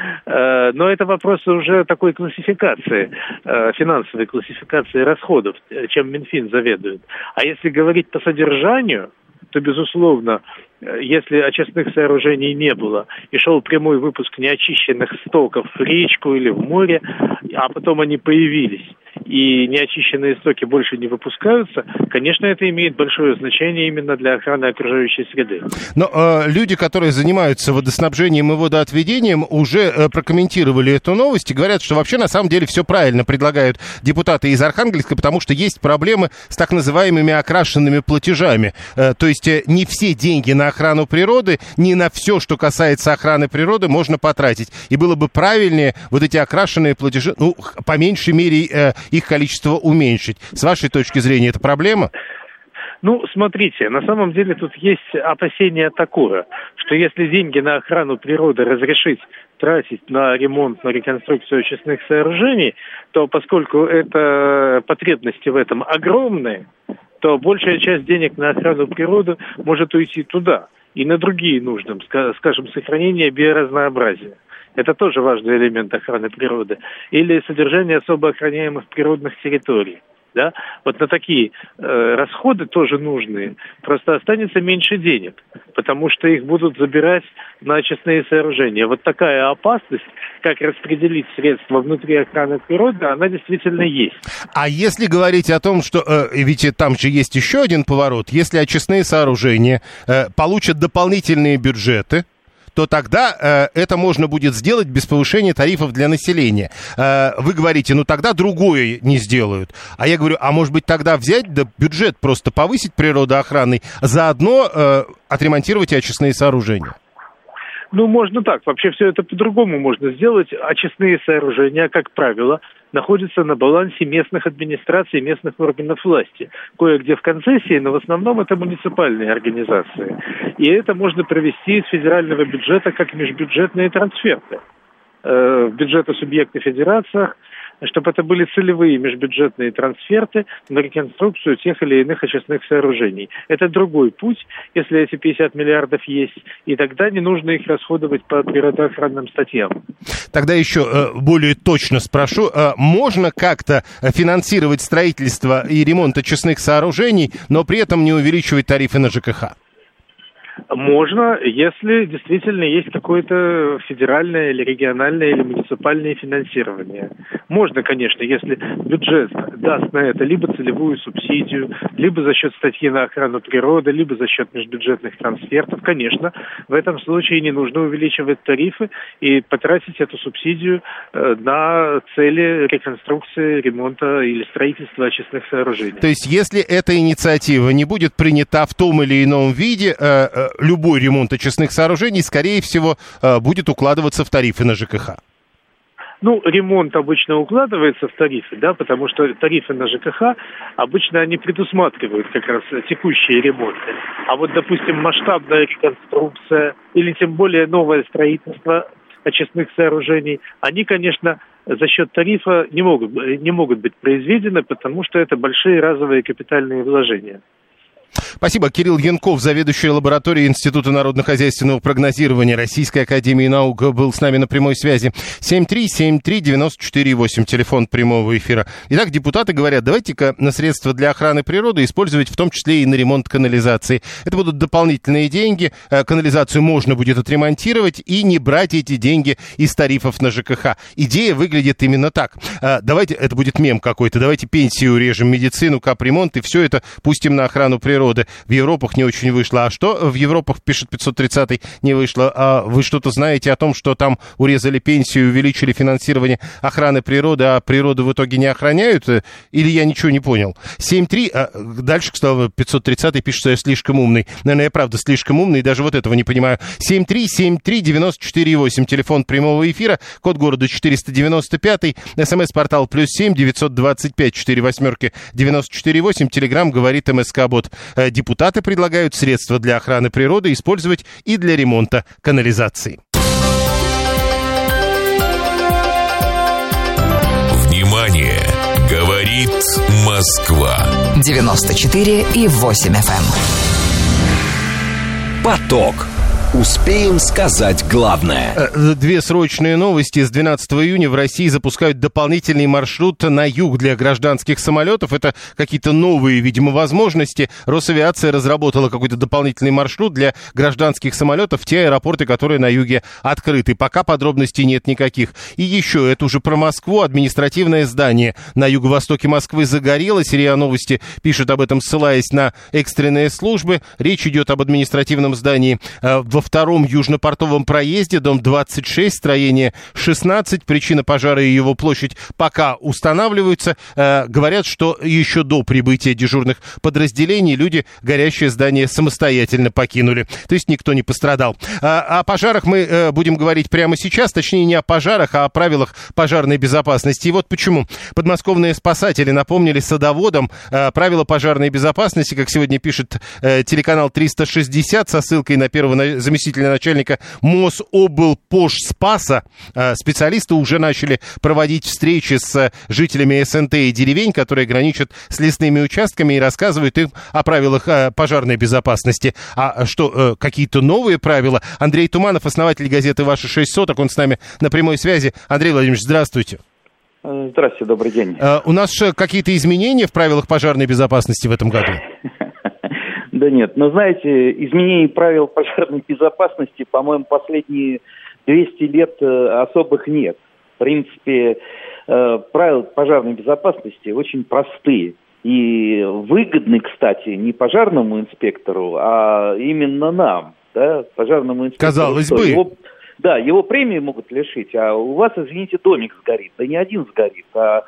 Э, но это вопросы уже такой классификации, э, финансовой классификации расходов, чем Минфин заведует. А если говорить по содержанию, то, безусловно, если очистных сооружений не было и шел прямой выпуск неочищенных стоков в речку или в море, а потом они появились, и неочищенные стоки больше не выпускаются, конечно, это имеет большое значение именно для охраны окружающей среды. Но э, люди, которые занимаются водоснабжением и водоотведением, уже э, прокомментировали эту новость и говорят, что вообще на самом деле все правильно предлагают депутаты из Архангельска, потому что есть проблемы с так называемыми окрашенными платежами. Э, то есть э, не все деньги на охрану природы, не на все, что касается охраны природы, можно потратить. И было бы правильнее вот эти окрашенные платежи, ну, по меньшей мере, э, их количество уменьшить. С вашей точки зрения, это проблема? Ну, смотрите, на самом деле тут есть опасение такое, что если деньги на охрану природы разрешить тратить на ремонт, на реконструкцию очистных сооружений, то поскольку это потребности в этом огромные, то большая часть денег на охрану природы может уйти туда и на другие нужды, скажем, сохранение биоразнообразия. Это тоже важный элемент охраны природы. Или содержание особо охраняемых природных территорий. Да? Вот на такие э, расходы тоже нужные. Просто останется меньше денег, потому что их будут забирать на очистные сооружения. Вот такая опасность, как распределить средства внутри охраны природы, она действительно есть. А если говорить о том, что, э, ведь там же есть еще один поворот, если очистные сооружения э, получат дополнительные бюджеты, то тогда э, это можно будет сделать без повышения тарифов для населения. Э, вы говорите, ну тогда другое не сделают. А я говорю, а может быть тогда взять, да бюджет просто повысить природоохранный, заодно э, отремонтировать и очистные сооружения? Ну, можно так. Вообще все это по-другому можно сделать. Очистные сооружения, как правило, находятся на балансе местных администраций, местных органов власти. Кое-где в концессии, но в основном это муниципальные организации. И это можно провести из федерального бюджета как межбюджетные трансферты. Э, в бюджеты субъекта федерации, чтобы это были целевые межбюджетные трансферты на реконструкцию тех или иных очистных сооружений. Это другой путь, если эти пятьдесят миллиардов есть, и тогда не нужно их расходовать по природоохранным статьям. Тогда еще э, более точно спрошу, э, можно как-то финансировать строительство и ремонт очистных сооружений, но при этом не увеличивать тарифы на ЖКХ? Можно, если действительно есть какое-то федеральное или региональное или муниципальное финансирование. Можно, конечно, если бюджет даст на это либо целевую субсидию, либо за счет статьи на охрану природы, либо за счет межбюджетных трансфертов. Конечно, в этом случае не нужно увеличивать тарифы и потратить эту субсидию э, на цели реконструкции, ремонта или строительства очистных сооружений. То есть, если эта инициатива не будет принята в том или ином виде, э, э, любой ремонт очистных сооружений, скорее всего, будет укладываться в тарифы на ЖКХ. Ну, ремонт обычно укладывается в тарифы, да, потому что тарифы на ЖКХ обычно они предусматривают как раз текущие ремонты. А вот, допустим, масштабная реконструкция или тем более новое строительство очистных сооружений, они, конечно, за счет тарифа не могут, не могут быть произведены, потому что это большие разовые капитальные вложения. Спасибо. Кирилл Янков, заведующий лабораторией Института народно-хозяйственного прогнозирования Российской академии наук, был с нами на прямой связи. семь три семь три девять четыре восемь, телефон прямого эфира. Итак, депутаты говорят, давайте-ка на средства для охраны природы использовать в том числе и на ремонт канализации. Это будут дополнительные деньги, канализацию можно будет отремонтировать и не брать эти деньги из тарифов на ЖКХ. Идея выглядит именно так. Давайте, это будет мем какой-то, давайте пенсию урежем, медицину, капремонт и все это пустим на охрану природы. природы. В Европах не очень вышло. А что в Европах, пишет пятьсот тридцатый, не вышло? А вы что-то знаете о том, что там урезали пенсию, увеличили финансирование охраны природы, а природу в итоге не охраняют? Или я ничего не понял? семь три, а дальше, кстати, пятьсот тридцатый пишет, что я слишком умный. Наверное, я правда слишком умный, и даже вот этого не понимаю. семь три семь три девяносто четыре восемь, телефон прямого эфира, код города четыреста девяносто пять, смс-портал плюс семь девятьсот двадцать пять четыре восьмерки девяносто четыре восемь, телеграмм говорит МСК-бот. Депутаты предлагают средства для охраны природы использовать и для ремонта канализации. Внимание! Говорит Москва. девяносто четыре и восемь эф эм. Поток. Успеем сказать главное. Две срочные новости. С двенадцатого июня в России запускают дополнительный маршрут на юг для гражданских самолетов. Это какие-то новые, видимо, возможности. Росавиация разработала какой-то дополнительный маршрут для гражданских самолетов в те аэропорты, которые на юге открыты. Пока подробностей нет никаких. И еще, это уже про Москву. Административное здание на юго-востоке Москвы загорелось. РИА Новости пишет об этом, ссылаясь на экстренные службы. Речь идет об административном здании в Во втором южно-портовом проезде, дом двадцать шесть, строение шестнадцать. Причина пожара и его площадь пока устанавливаются. Э, говорят, что еще до прибытия дежурных подразделений люди горящее здание самостоятельно покинули. То есть никто не пострадал. А, о пожарах мы э, будем говорить прямо сейчас. Точнее, не о пожарах, а о правилах пожарной безопасности. И вот почему. Подмосковные спасатели напомнили садоводам э, правила пожарной безопасности, как сегодня пишет э, телеканал триста шестьдесят со ссылкой на первого заместителя заместителя начальника Мособлпожспаса. Специалисты уже начали проводить встречи с жителями СНТ и деревень, которые граничат с лесными участками, и рассказывают им о правилах пожарной безопасности. А что, какие-то новые правила? Андрей Туманов, основатель газеты «Ваши шесть соток», он с нами на прямой связи. Андрей Владимирович, здравствуйте. Здравствуйте, добрый день. У нас какие-то изменения в правилах пожарной безопасности в этом году? Да нет, но знаете, изменений правил пожарной безопасности, по-моему, последние двести лет особых нет. В принципе, правила пожарной безопасности очень простые и выгодны, кстати, не пожарному инспектору, а именно нам, да, пожарному инспектору. Казалось бы. Его, да, его премии могут лишить, а у вас, извините, домик сгорит, да не один сгорит, а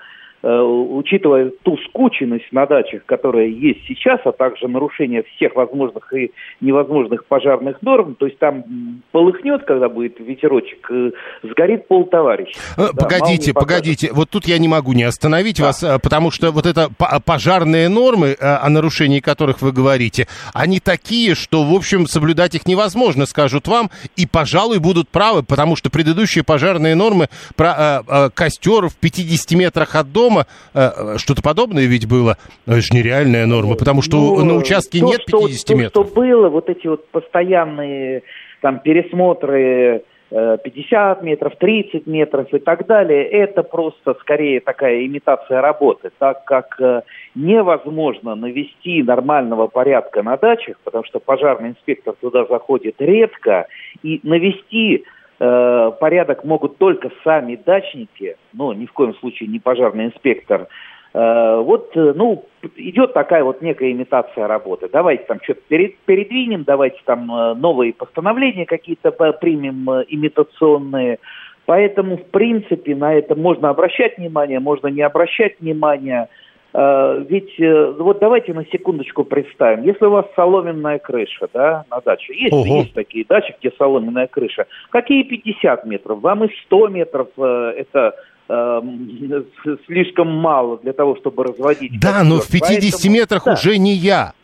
учитывая ту скученность на дачах, которая есть сейчас, а также нарушение всех возможных и невозможных пожарных норм, то есть там полыхнет, когда будет ветерочек, сгорит полтоварища. Погодите, да, погодите, вот тут я не могу не остановить да. вас, потому что вот это пожарные нормы, о нарушении которых вы говорите, они такие, что, в общем, соблюдать их невозможно, скажут вам, и, пожалуй, будут правы, потому что предыдущие пожарные нормы про э, костер в пятидесяти метрах от дома, что-то подобное ведь было. Это же нереальная норма, потому что ну, на участке то, нет пятидесяти что, метров. То, что было, вот эти вот постоянные там пересмотры пятьдесят метров, тридцать метров и так далее, это просто скорее такая имитация работы, так как невозможно навести нормального порядка на дачах, потому что пожарный инспектор туда заходит редко, и навести порядок могут только сами дачники, но ни в коем случае не пожарный инспектор. Вот, ну, идет такая вот некая имитация работы. Давайте там что-то передвинем, давайте там новые постановления какие-то примем имитационные. Поэтому, в принципе, на это можно обращать внимание, можно не обращать внимания. Ведь вот давайте на секундочку представим, если у вас соломенная крыша, да, на даче, есть, есть такие дачи, где соломенная крыша, какие пятьдесят метров? Вам и сто метров это э, слишком мало для того, чтобы разводить. Да, костер. Но в пятидесяти Поэтому, метрах да. уже не я.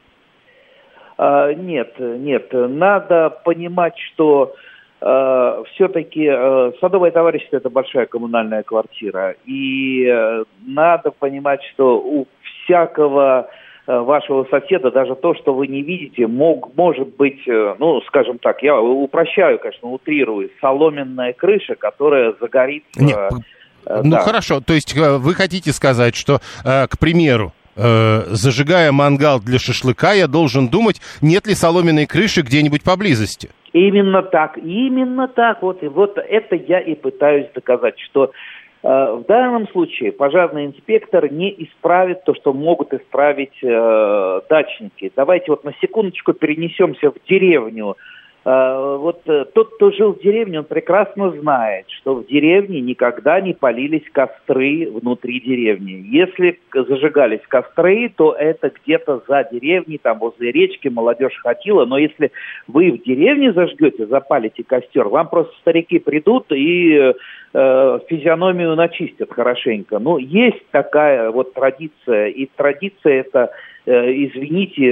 А, нет, нет, надо понимать, что Uh, все-таки uh, садовое товарищество – это большая коммунальная квартира. И uh, надо понимать, что у всякого uh, вашего соседа даже то, что вы не видите, мог, может быть, uh, ну, скажем так, я упрощаю, конечно, утрирую, соломенная крыша, которая загорится. Нет, uh, ну, да. Хорошо, то есть uh, вы хотите сказать, что, uh, к примеру, uh, зажигая мангал для шашлыка, я должен думать, нет ли соломенной крыши где-нибудь поблизости? Именно так, именно так. Вот, и вот это я и пытаюсь доказать, что В данном случае пожарный инспектор не исправит то, что могут исправить э, дачники. Давайте вот на секундочку перенесемся в деревню. Э, вот э, тот, кто жил в деревне, он прекрасно знает, что в деревне никогда не палились костры внутри деревни. Если зажигались костры, то это где-то за деревней, там возле речки молодежь ходила. Но если вы в деревне зажгете, запалите костер, вам просто старики придут и... физиономию начистят хорошенько. Но есть такая вот традиция, и традиция эта, извините,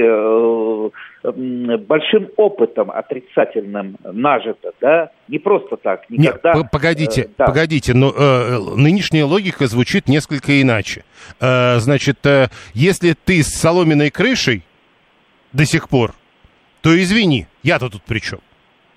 большим опытом отрицательным нажита, да, не просто так, никогда... Нет, погодите, э, да. погодите, но э, нынешняя логика звучит несколько иначе. Э, значит, э, если ты с соломенной крышей до сих пор, то извини, я-то тут при чем?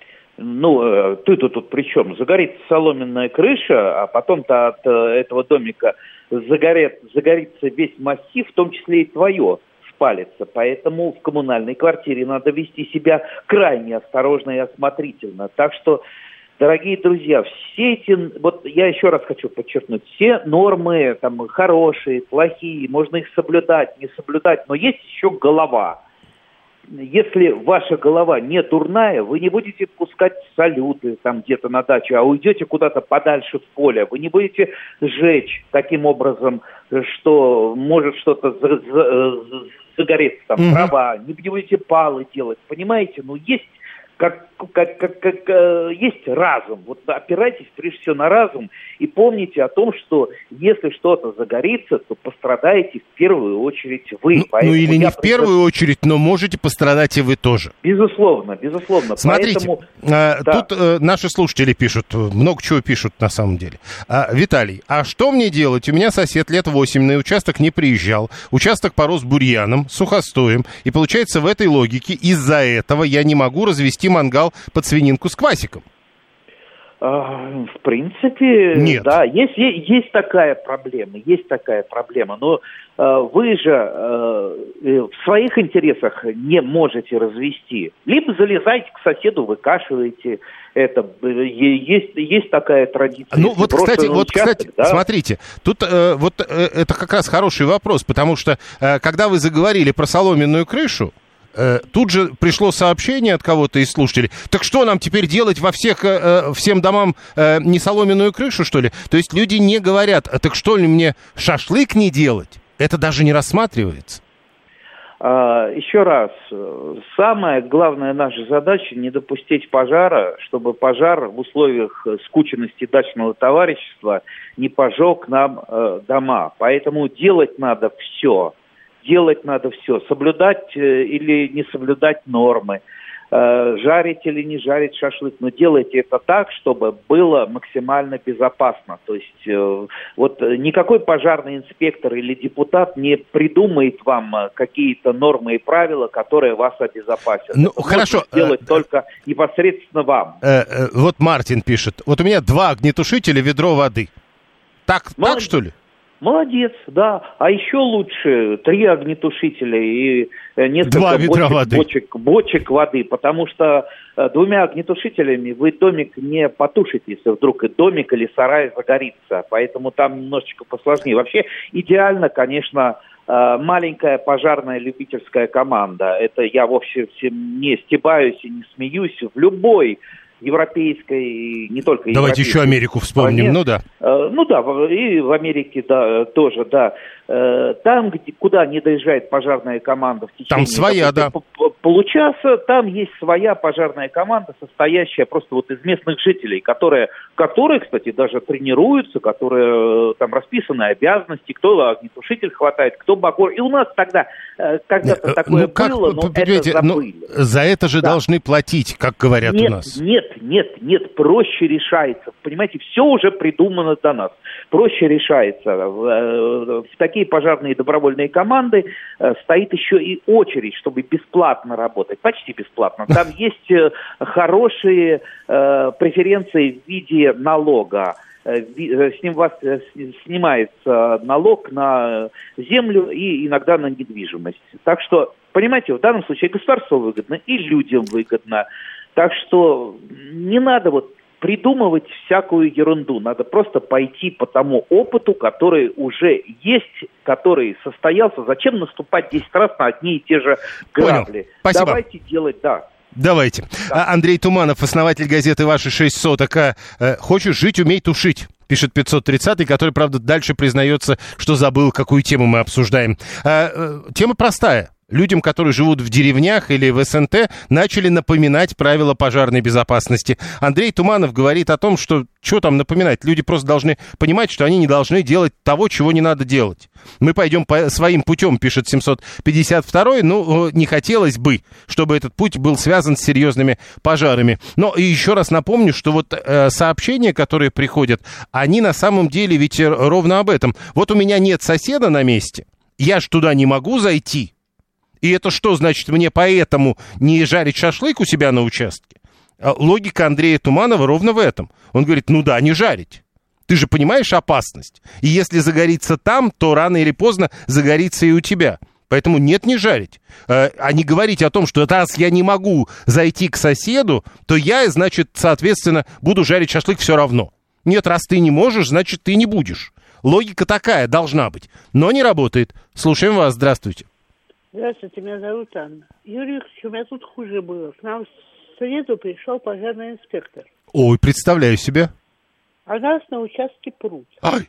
Ну, ты-то тут при чем? Загорится соломенная крыша, а потом-то от этого домика загорит, загорится весь массив, в том числе и твое спалится. Поэтому в коммунальной квартире надо вести себя крайне осторожно и осмотрительно. Так что, дорогие друзья, все эти, вот я еще раз хочу подчеркнуть, все нормы там хорошие, плохие, можно их соблюдать, не соблюдать, но есть еще голова. Если ваша голова не дурная, вы не будете пускать салюты там где-то на дачу, а уйдете куда-то подальше в поле. Вы не будете жечь таким образом, что может что-то загореться, там, mm-hmm. трава. Не будете палы делать, понимаете? Ну, есть... Как, как, как, как э, есть разум. Вот опирайтесь прежде всего на разум и помните о том, что если что-то загорится, то пострадаете в первую очередь вы. Ну, ну или не в первую очередь, но можете пострадать и вы тоже. Безусловно, безусловно. Смотрите, Поэтому, а, да. тут а, наши слушатели пишут, много чего пишут на самом деле. А, Виталий, а что мне делать? У меня сосед лет восемь на участок не приезжал. Участок порос бурьяном, сухостоем. И получается, в этой логике из-за этого я не могу развести мангал под свининку с квасиком. В принципе, Нет. Да, есть, есть, есть такая проблема, есть такая проблема, но э, вы же э, в своих интересах не можете развести. Либо залезайте к соседу, выкашиваете это. Есть, есть такая традиция. Ну вот, кстати, вот, участок, кстати, да? Смотрите, тут э, вот э, это как раз хороший вопрос, потому что э, когда вы заговорили про соломенную крышу, тут же пришло сообщение от кого-то из слушателей. Так что нам теперь делать во всех, э, всем домам э, не соломенную крышу, что ли? То есть люди не говорят, а так что ли мне шашлык не делать? Это даже не рассматривается. А, еще раз, самая главная наша задача не допустить пожара, чтобы пожар в условиях скученности дачного товарищества не пожег нам э, дома. Поэтому делать надо все. Делать надо все, соблюдать э, или не соблюдать нормы, э, жарить или не жарить шашлык, но делайте это так, чтобы было максимально безопасно. То есть э, вот никакой пожарный инспектор или депутат не придумает вам какие-то нормы и правила, которые вас обезопасят. Ну, это хорошо. можно сделать э, только непосредственно вам. Э, э, вот Мартин пишет, вот у меня два огнетушителя, ведро воды. Так, так что ли? Молодец, да. А еще лучше три огнетушителя и несколько бочек, воды. Бочек, бочек воды, потому что двумя огнетушителями вы домик не потушите, если вдруг и домик или сарай загорится. Поэтому там немножечко посложнее. Вообще идеально, конечно, маленькая пожарная любительская команда. Это я вовсе не стебаюсь и не смеюсь. В любой европейской, не только европейской. Давайте еще Америку вспомним, стране. ну да. Э, ну да, и в Америке да, тоже, да. Э, там, где, куда не доезжает пожарная команда в течение там своя, да. получаса, там есть своя пожарная команда, состоящая просто вот из местных жителей, которые, которые, кстати, даже тренируются, которые там расписаны обязанности, кто огнетушитель хватает, кто багор. И у нас тогда э, когда-то ну, такое как, было, но это забыли. Ну, за это же да. должны платить, как говорят нет, у нас. Нет, нет, нет, проще решается. Понимаете, все уже придумано до нас. Проще решается. В, в такие пожарные добровольные команды э, стоит еще и очередь, чтобы бесплатно работать. Почти бесплатно. Там есть э, хорошие э, преференции в виде налога. С ним вас снимается налог на землю и иногда на недвижимость. Так что, понимаете, в данном случае государству выгодно и людям выгодно. Так что не надо вот придумывать всякую ерунду. Надо просто пойти по тому опыту, который уже есть, который состоялся. Зачем наступать десять раз на одни и те же грабли? Понял. Спасибо. Давайте делать, да. Давайте. Да. Андрей Туманов, основатель газеты «Ваши шесть соток». А, э, «Хочешь жить, умей тушить», пишет пятьсот тридцатый, который, правда, дальше признается, что забыл, какую тему мы обсуждаем. А, э, тема простая. Людям, которые живут в деревнях или в эс эн тэ, начали напоминать правила пожарной безопасности. Андрей Туманов говорит о том, что что там напоминать? Люди просто должны понимать, что они не должны делать того, чего не надо делать. Мы пойдем по своим путем, пишет семьсот пятьдесят второй. Ну, не хотелось бы, чтобы этот путь был связан с серьезными пожарами. Но и еще раз напомню, что вот э, сообщения, которые приходят, они на самом деле ведь ровно об этом. Вот у меня нет соседа на месте, я ж туда не могу зайти. И это что, значит, мне поэтому не жарить шашлык у себя на участке? Логика Андрея Туманова ровно в этом. Он говорит, ну да, не жарить. Ты же понимаешь опасность. И если загорится там, то рано или поздно загорится и у тебя. Поэтому нет, не жарить. А не говорить о том, что раз я не могу зайти к соседу, то я, значит, соответственно, буду жарить шашлык все равно. Нет, раз ты не можешь, значит, ты не будешь. Логика такая должна быть. Но не работает. Слушаем вас. Здравствуйте. Здравствуйте, меня зовут Анна. Юрий Викторович, у меня тут хуже было. К нам в среду пришел пожарный инспектор. Ой, представляю себе. А нас на участке пруд. Ай!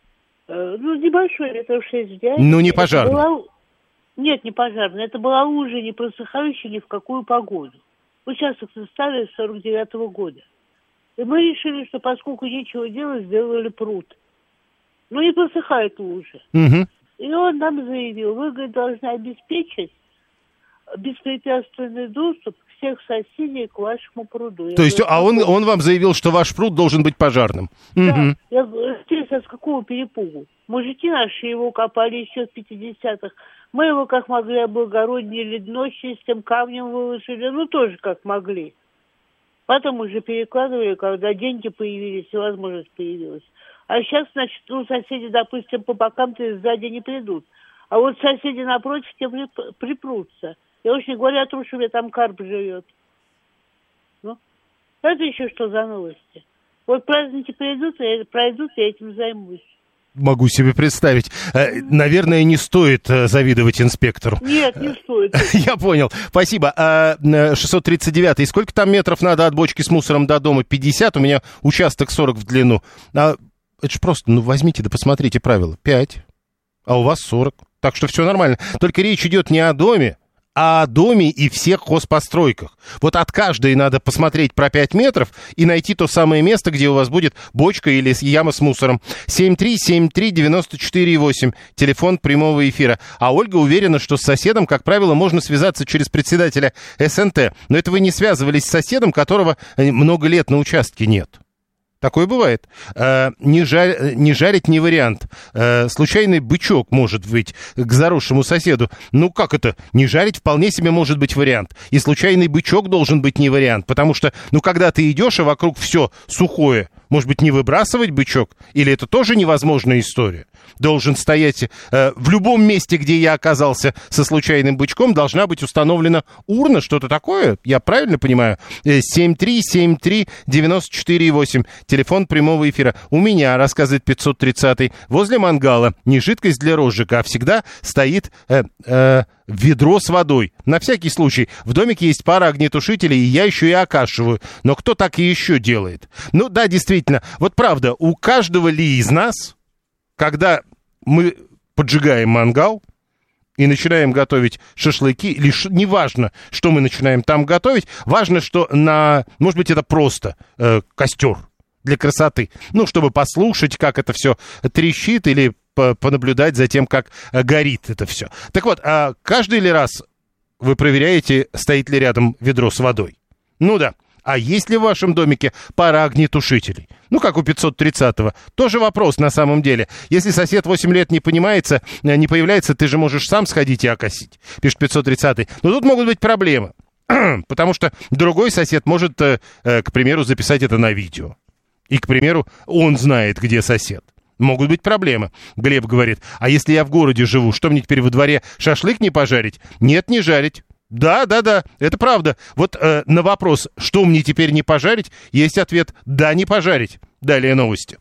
Э, ну, небольшой, метров шесть в диаметре. Ну, не пожарный. Была... Нет, не пожарный. Это была лужа, не просыхающая ни в какую погоду. Участок составили с сорок девятого года. И мы решили, что поскольку нечего делать, сделали пруд. Ну, не просыхает лужа. Угу. И он нам заявил, вы, говорит, должны обеспечить беспрепятственный доступ всех соседей к вашему пруду. Я То есть, говорю, а он, он вам заявил, что ваш пруд должен быть пожарным? Да. Угу. Я говорю, с какого перепугу? Мужики наши его копали еще в пятидесятых. Мы его как могли облагородили, дно чистым камнем выложили, ну тоже как могли. Потом уже перекладывали, когда деньги появились и возможность появилась. А сейчас, значит, ну, соседи, допустим, по бокам-то сзади не придут. А вот соседи напротив те припрутся. И уж не говоря о том, что у меня там карп живет. Ну, это еще что за новости? Вот праздники придут, пройдут, я этим займусь. Могу себе представить. Наверное, не стоит завидовать инспектору. Нет, не стоит. Я понял. Спасибо. шестьсот тридцать девятый. Сколько там метров надо от бочки с мусором до дома? пятьдесят. У меня участок сорок в длину. Это же просто, ну, возьмите да посмотрите правила. пять, а у вас сорок. Так что все нормально. Только речь идет не о доме, а о доме и всех хозпостройках. Вот от каждой надо посмотреть про пять метров и найти то самое место, где у вас будет бочка или яма с мусором. семь три семь три девять четыре восемь. Телефон прямого эфира. А Ольга уверена, что с соседом, как правило, можно связаться через председателя эс эн тэ. Но это вы не связывались с соседом, которого много лет на участке нет. Такое бывает. Э, не, жар, не жарить не вариант. Э, случайный бычок может быть к заросшему соседу. Ну, как это? Не жарить вполне себе может быть вариант. И случайный бычок должен быть не вариант. Потому что, ну, когда ты идешь, а вокруг все сухое, может быть, не выбрасывать бычок? Или это тоже невозможная история? Должен стоять э, в любом месте, где я оказался со случайным бычком, должна быть установлена урна, что-то такое. Я правильно понимаю? семь три семь три девять четыре восемь. Телефон прямого эфира. У меня, рассказывает пятьсот тридцатый, возле мангала не жидкость для розжига, а всегда стоит э, э, ведро с водой. На всякий случай. В домике есть пара огнетушителей, и я еще и окашиваю. Но кто так и еще делает? Ну да, действительно. Вот правда, у каждого ли из нас, когда мы поджигаем мангал и начинаем готовить шашлыки, или ш... неважно, что мы начинаем там готовить, важно, что на, может быть, это просто э, костер для красоты, ну, чтобы послушать, как это все трещит, или по- понаблюдать за тем, как э, горит это все. Так вот, а каждый ли раз вы проверяете, стоит ли рядом ведро с водой? Ну да. А есть ли в вашем домике пара огнетушителей? Ну, как у пятьсот тридцатого. Тоже вопрос на самом деле. Если сосед восемь лет не понимается, не появляется, ты же можешь сам сходить и окосить, пишет пятьсот тридцатый. Но тут могут быть проблемы. Потому что другой сосед может, к примеру, записать это на видео. И, к примеру, он знает, где сосед. Могут быть проблемы. Глеб говорит, а если я в городе живу, что мне теперь во дворе шашлык не пожарить? Нет, не жарить. Да, да, да, это правда. Вот э, на вопрос, что мне теперь не пожарить, есть ответ: да, не пожарить. Далее новости.